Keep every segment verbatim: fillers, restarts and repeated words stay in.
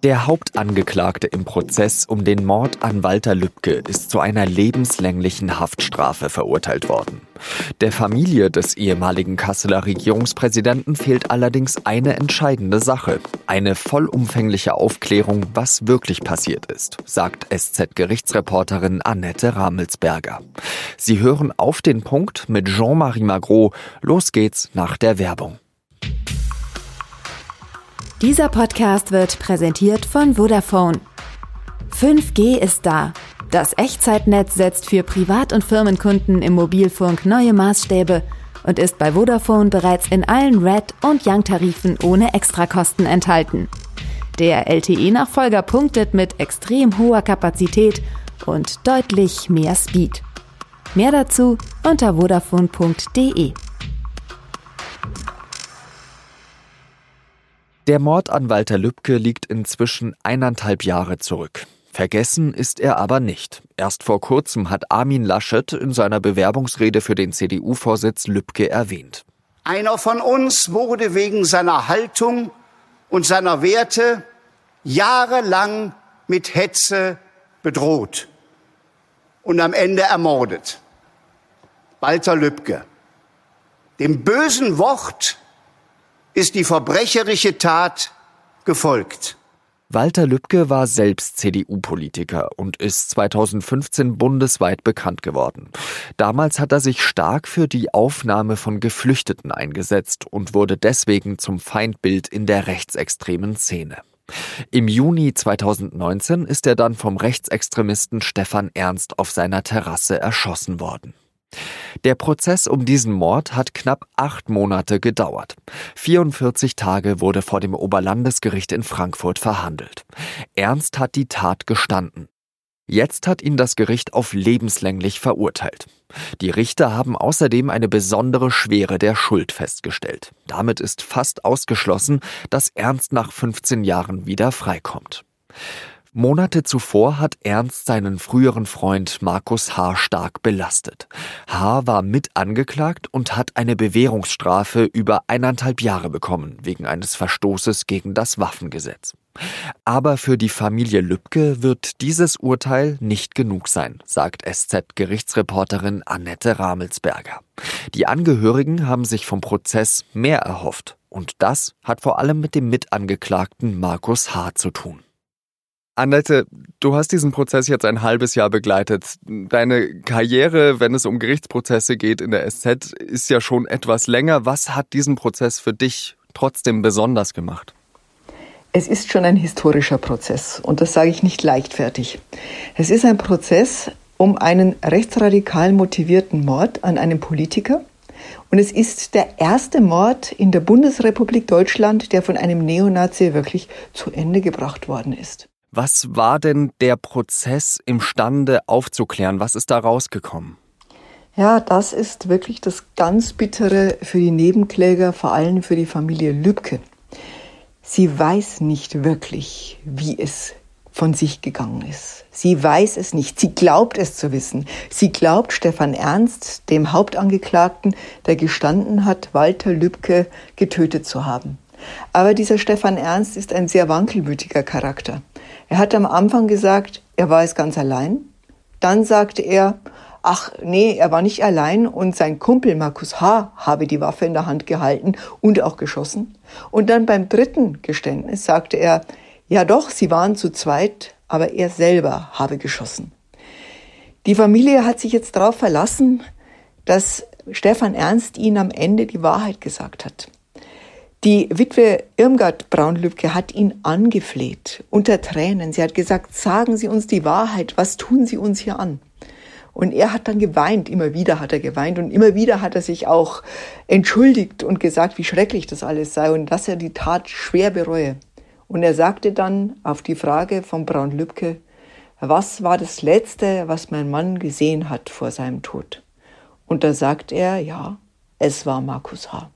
Der Hauptangeklagte im Prozess um den Mord an Walter Lübcke ist zu einer lebenslänglichen Haftstrafe verurteilt worden. Der Familie des ehemaligen Kasseler Regierungspräsidenten fehlt allerdings eine entscheidende Sache: eine vollumfängliche Aufklärung, was wirklich passiert ist, sagt S Z-Gerichtsreporterin Annette Ramelsberger. Sie hören Auf den Punkt mit Jean-Marie Magro. Los geht's nach der Werbung. Dieser Podcast wird präsentiert von Vodafone. fünf G ist da. Das Echtzeitnetz setzt für Privat- und Firmenkunden im Mobilfunk neue Maßstäbe und ist bei Vodafone bereits in allen Red- und Young-Tarifen ohne Extrakosten enthalten. Der L T E-Nachfolger punktet mit extrem hoher Kapazität und deutlich mehr Speed. Mehr dazu unter vodafone punkt de. Der Mord an Walter Lübcke liegt inzwischen eineinhalb Jahre zurück. Vergessen ist er aber nicht. Erst vor kurzem hat Armin Laschet in seiner Bewerbungsrede für den C D U-Vorsitz Lübcke erwähnt. Einer von uns wurde wegen seiner Haltung und seiner Werte jahrelang mit Hetze bedroht und am Ende ermordet. Walter Lübcke. Dem bösen Wort ist die verbrecherische Tat gefolgt. Walter Lübcke war selbst C D U-Politiker und ist zweitausendfünfzehn bundesweit bekannt geworden. Damals hat er sich stark für die Aufnahme von Geflüchteten eingesetzt und wurde deswegen zum Feindbild in der rechtsextremen Szene. Im Juni zweitausendneunzehn ist er dann vom Rechtsextremisten Stefan Ernst auf seiner Terrasse erschossen worden. Der Prozess um diesen Mord hat knapp acht Monate gedauert. vierundvierzig Tage wurde vor dem Oberlandesgericht in Frankfurt verhandelt. Ernst hat die Tat gestanden. Jetzt hat ihn das Gericht auf lebenslänglich verurteilt. Die Richter haben außerdem eine besondere Schwere der Schuld festgestellt. Damit ist fast ausgeschlossen, dass Ernst nach fünfzehn Jahren wieder freikommt. Monate zuvor hat Ernst seinen früheren Freund Markus H. stark belastet. H. war mit angeklagt und hat eine Bewährungsstrafe über eineinhalb Jahre bekommen, wegen eines Verstoßes gegen das Waffengesetz. Aber für die Familie Lübcke wird dieses Urteil nicht genug sein, sagt S Z-Gerichtsreporterin Annette Ramelsberger. Die Angehörigen haben sich vom Prozess mehr erhofft. Und das hat vor allem mit dem Mitangeklagten Markus H. zu tun. Annette, du hast diesen Prozess jetzt ein halbes Jahr begleitet. Deine Karriere, wenn es um Gerichtsprozesse geht in der S Z, ist ja schon etwas länger. Was hat diesen Prozess für dich trotzdem besonders gemacht? Es ist schon ein historischer Prozess und das sage ich nicht leichtfertig. Es ist ein Prozess um einen rechtsradikal motivierten Mord an einem Politiker. Und es ist der erste Mord in der Bundesrepublik Deutschland, der von einem Neonazi wirklich zu Ende gebracht worden ist. Was war denn der Prozess imstande aufzuklären? Was ist da rausgekommen? Ja, das ist wirklich das ganz Bittere für die Nebenkläger, vor allem für die Familie Lübcke. Sie weiß nicht wirklich, wie es von sich gegangen ist. Sie weiß es nicht. Sie glaubt es zu wissen. Sie glaubt Stefan Ernst, dem Hauptangeklagten, der gestanden hat, Walter Lübcke getötet zu haben. Aber dieser Stefan Ernst ist ein sehr wankelmütiger Charakter. Er hat am Anfang gesagt, er war es ganz allein. Dann sagte er, ach nee, er war nicht allein und sein Kumpel Markus H. habe die Waffe in der Hand gehalten und auch geschossen. Und dann beim dritten Geständnis sagte er, ja doch, sie waren zu zweit, aber er selber habe geschossen. Die Familie hat sich jetzt darauf verlassen, dass Stefan Ernst ihnen am Ende die Wahrheit gesagt hat. Die Witwe Irmgard Braun-Lübcke hat ihn angefleht, unter Tränen. Sie hat gesagt, sagen Sie uns die Wahrheit, was tun Sie uns hier an? Und er hat dann geweint, immer wieder hat er geweint und immer wieder hat er sich auch entschuldigt und gesagt, wie schrecklich das alles sei und dass er die Tat schwer bereue. Und er sagte dann auf die Frage von Braun-Lübcke, was war das Letzte, was mein Mann gesehen hat vor seinem Tod? Und da sagt er, ja, es war Markus H.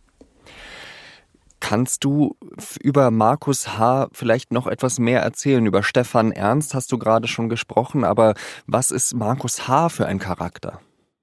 Kannst du über Markus H. vielleicht noch etwas mehr erzählen? Über Stefan Ernst hast du gerade schon gesprochen, aber was ist Markus H. für ein Charakter?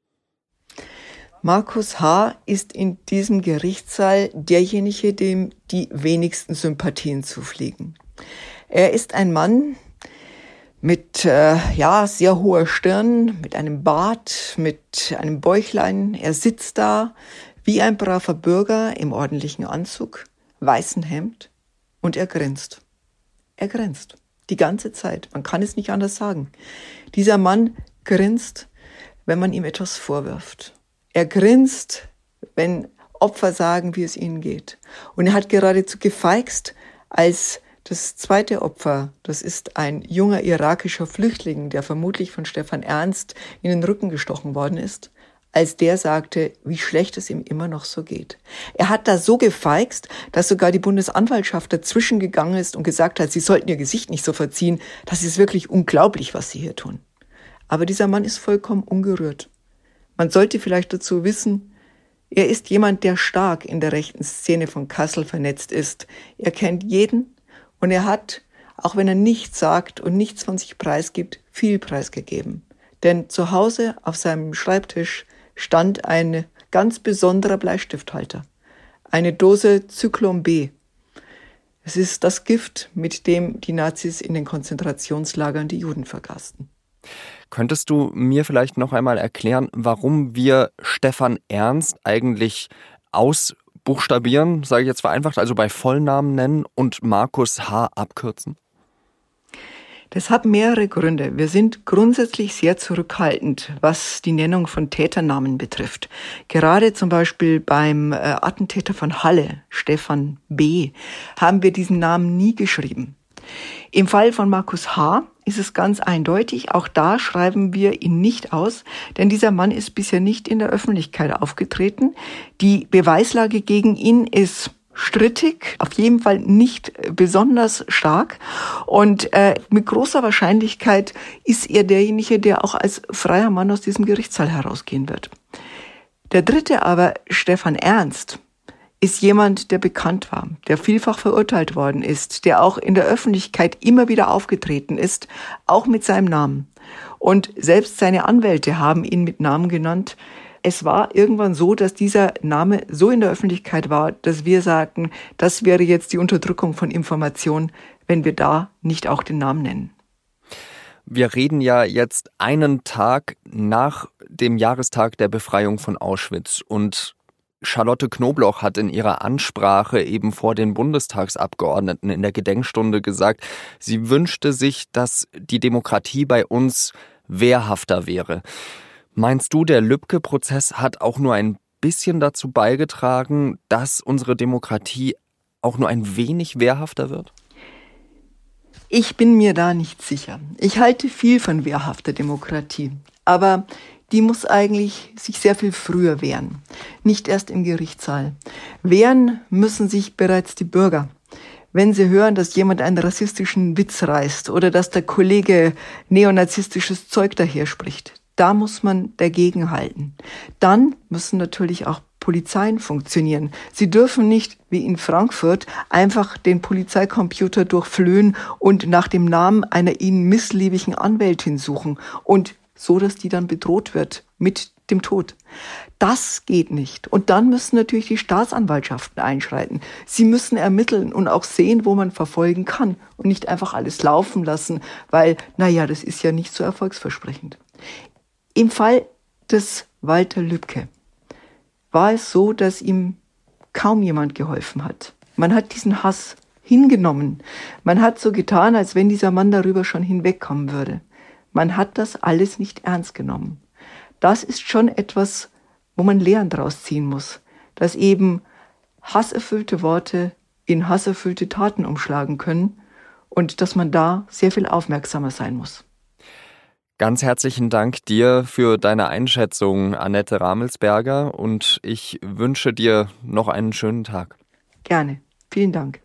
Markus H. ist in diesem Gerichtssaal derjenige, dem die wenigsten Sympathien zufliegen. Er ist ein Mann mit äh, ja, sehr hoher Stirn, mit einem Bart, mit einem Bäuchlein. Er sitzt da wie ein braver Bürger im ordentlichen Anzug, weißen Hemd, und er grinst. Er grinst. Die ganze Zeit. Man kann es nicht anders sagen. Dieser Mann grinst, wenn man ihm etwas vorwirft. Er grinst, wenn Opfer sagen, wie es ihnen geht. Und er hat geradezu gefeixt, als das zweite Opfer, das ist ein junger irakischer Flüchtling, der vermutlich von Stefan Ernst in den Rücken gestochen worden ist, als der sagte, wie schlecht es ihm immer noch so geht. Er hat da so gefeixt, dass sogar die Bundesanwaltschaft dazwischen gegangen ist und gesagt hat, sie sollten ihr Gesicht nicht so verziehen. Das ist wirklich unglaublich, was sie hier tun. Aber dieser Mann ist vollkommen ungerührt. Man sollte vielleicht dazu wissen, er ist jemand, der stark in der rechten Szene von Kassel vernetzt ist. Er kennt jeden und er hat, auch wenn er nichts sagt und nichts von sich preisgibt, viel preisgegeben. Denn zu Hause auf seinem Schreibtisch stand ein ganz besonderer Bleistifthalter. Eine Dose Zyklon B. Es ist das Gift, mit dem die Nazis in den Konzentrationslagern die Juden vergasten. Könntest du mir vielleicht noch einmal erklären, warum wir Stefan Ernst eigentlich ausbuchstabieren, sage ich jetzt vereinfacht, also bei Vollnamen nennen und Markus H. abkürzen? Das hat mehrere Gründe. Wir sind grundsätzlich sehr zurückhaltend, was die Nennung von Täternamen betrifft. Gerade zum Beispiel beim äh, Attentäter von Halle, Stefan B., haben wir diesen Namen nie geschrieben. Im Fall von Markus H. ist es ganz eindeutig, auch da schreiben wir ihn nicht aus, denn dieser Mann ist bisher nicht in der Öffentlichkeit aufgetreten. Die Beweislage gegen ihn ist strittig, auf jeden Fall nicht besonders stark, und äh, mit großer Wahrscheinlichkeit ist er derjenige, der auch als freier Mann aus diesem Gerichtssaal herausgehen wird. Der dritte aber, Stefan Ernst, ist jemand, der bekannt war, der vielfach verurteilt worden ist, der auch in der Öffentlichkeit immer wieder aufgetreten ist, auch mit seinem Namen. Und selbst seine Anwälte haben ihn mit Namen genannt. Es war irgendwann so, dass dieser Name so in der Öffentlichkeit war, dass wir sagten, das wäre jetzt die Unterdrückung von Information, wenn wir da nicht auch den Namen nennen. Wir reden ja jetzt einen Tag nach dem Jahrestag der Befreiung von Auschwitz, und Charlotte Knobloch hat in ihrer Ansprache eben vor den Bundestagsabgeordneten in der Gedenkstunde gesagt, sie wünschte sich, dass die Demokratie bei uns wehrhafter wäre. Meinst du, der Lübcke-Prozess hat auch nur ein bisschen dazu beigetragen, dass unsere Demokratie auch nur ein wenig wehrhafter wird? Ich bin mir da nicht sicher. Ich halte viel von wehrhafter Demokratie, aber die muss eigentlich sich sehr viel früher wehren, nicht erst im Gerichtssaal. Wehren müssen sich bereits die Bürger. Wenn sie hören, dass jemand einen rassistischen Witz reißt oder dass der Kollege neonazistisches Zeug daher spricht, da muss man dagegenhalten. Dann müssen natürlich auch Polizeien funktionieren. Sie dürfen nicht, wie in Frankfurt, einfach den Polizeicomputer durchflöhen und nach dem Namen einer ihnen missliebigen Anwältin suchen und so, dass die dann bedroht wird mit dem Tod. Das geht nicht. Und dann müssen natürlich die Staatsanwaltschaften einschreiten. Sie müssen ermitteln und auch sehen, wo man verfolgen kann und nicht einfach alles laufen lassen, weil, naja, das ist ja nicht so erfolgsversprechend. Im Fall des Walter Lübcke war es so, dass ihm kaum jemand geholfen hat. Man hat diesen Hass hingenommen. Man hat so getan, als wenn dieser Mann darüber schon hinwegkommen würde. Man hat das alles nicht ernst genommen. Das ist schon etwas, wo man Lehren draus ziehen muss, dass eben hasserfüllte Worte in hasserfüllte Taten umschlagen können und dass man da sehr viel aufmerksamer sein muss. Ganz herzlichen Dank dir für deine Einschätzung, Annette Ramelsberger, und ich wünsche dir noch einen schönen Tag. Gerne. Vielen Dank.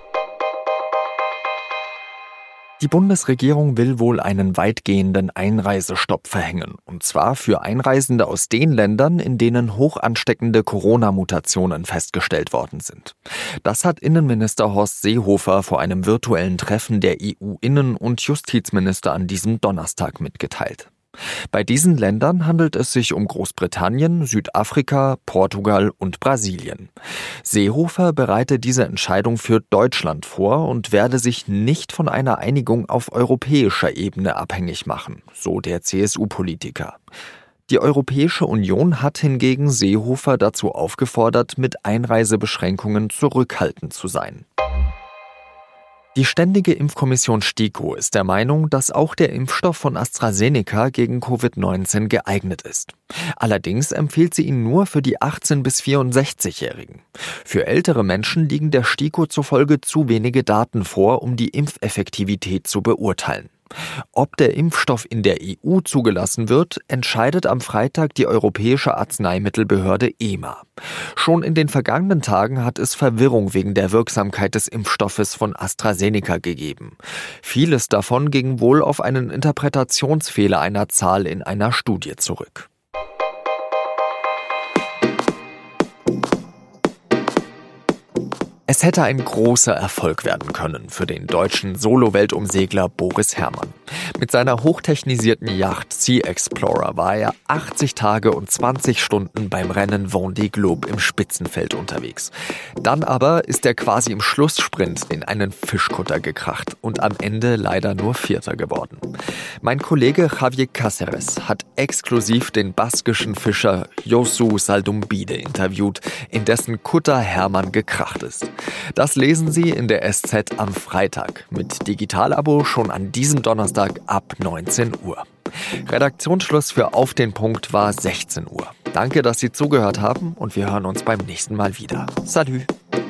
Die Bundesregierung will wohl einen weitgehenden Einreisestopp verhängen, und zwar für Einreisende aus den Ländern, in denen hoch ansteckende Corona-Mutationen festgestellt worden sind. Das hat Innenminister Horst Seehofer vor einem virtuellen Treffen der E U-Innen- und Justizminister an diesem Donnerstag mitgeteilt. Bei diesen Ländern handelt es sich um Großbritannien, Südafrika, Portugal und Brasilien. Seehofer bereite diese Entscheidung für Deutschland vor und werde sich nicht von einer Einigung auf europäischer Ebene abhängig machen, so der C S U-Politiker. Die Europäische Union hat hingegen Seehofer dazu aufgefordert, mit Einreisebeschränkungen zurückhaltend zu sein. Die Ständige Impfkommission STIKO ist der Meinung, dass auch der Impfstoff von AstraZeneca gegen Covid neunzehn geeignet ist. Allerdings empfiehlt sie ihn nur für die achtzehn- bis vierundsechzigjährigen. Für ältere Menschen liegen der STIKO zufolge zu wenige Daten vor, um die Impfeffektivität zu beurteilen. Ob der Impfstoff in der E U zugelassen wird, entscheidet am Freitag die Europäische Arzneimittelbehörde E M A. Schon in den vergangenen Tagen hat es Verwirrung wegen der Wirksamkeit des Impfstoffes von AstraZeneca gegeben. Vieles davon ging wohl auf einen Interpretationsfehler einer Zahl in einer Studie zurück. Es hätte ein großer Erfolg werden können für den deutschen Solo-Weltumsegler Boris Herrmann. Mit seiner hochtechnisierten Yacht Sea Explorer war er achtzig Tage und zwanzig Stunden beim Rennen Vendée Globe im Spitzenfeld unterwegs. Dann aber ist er quasi im Schlusssprint in einen Fischkutter gekracht und am Ende leider nur Vierter geworden. Mein Kollege Javier Cáceres hat exklusiv den baskischen Fischer Josu Saldumbide interviewt, in dessen Kutter Herrmann gekracht ist. Das lesen Sie in der S Z am Freitag. Mit Digitalabo schon an diesem Donnerstag ab neunzehn Uhr. Redaktionsschluss für Auf den Punkt war sechzehn Uhr. Danke, dass Sie zugehört haben und wir hören uns beim nächsten Mal wieder. Salü!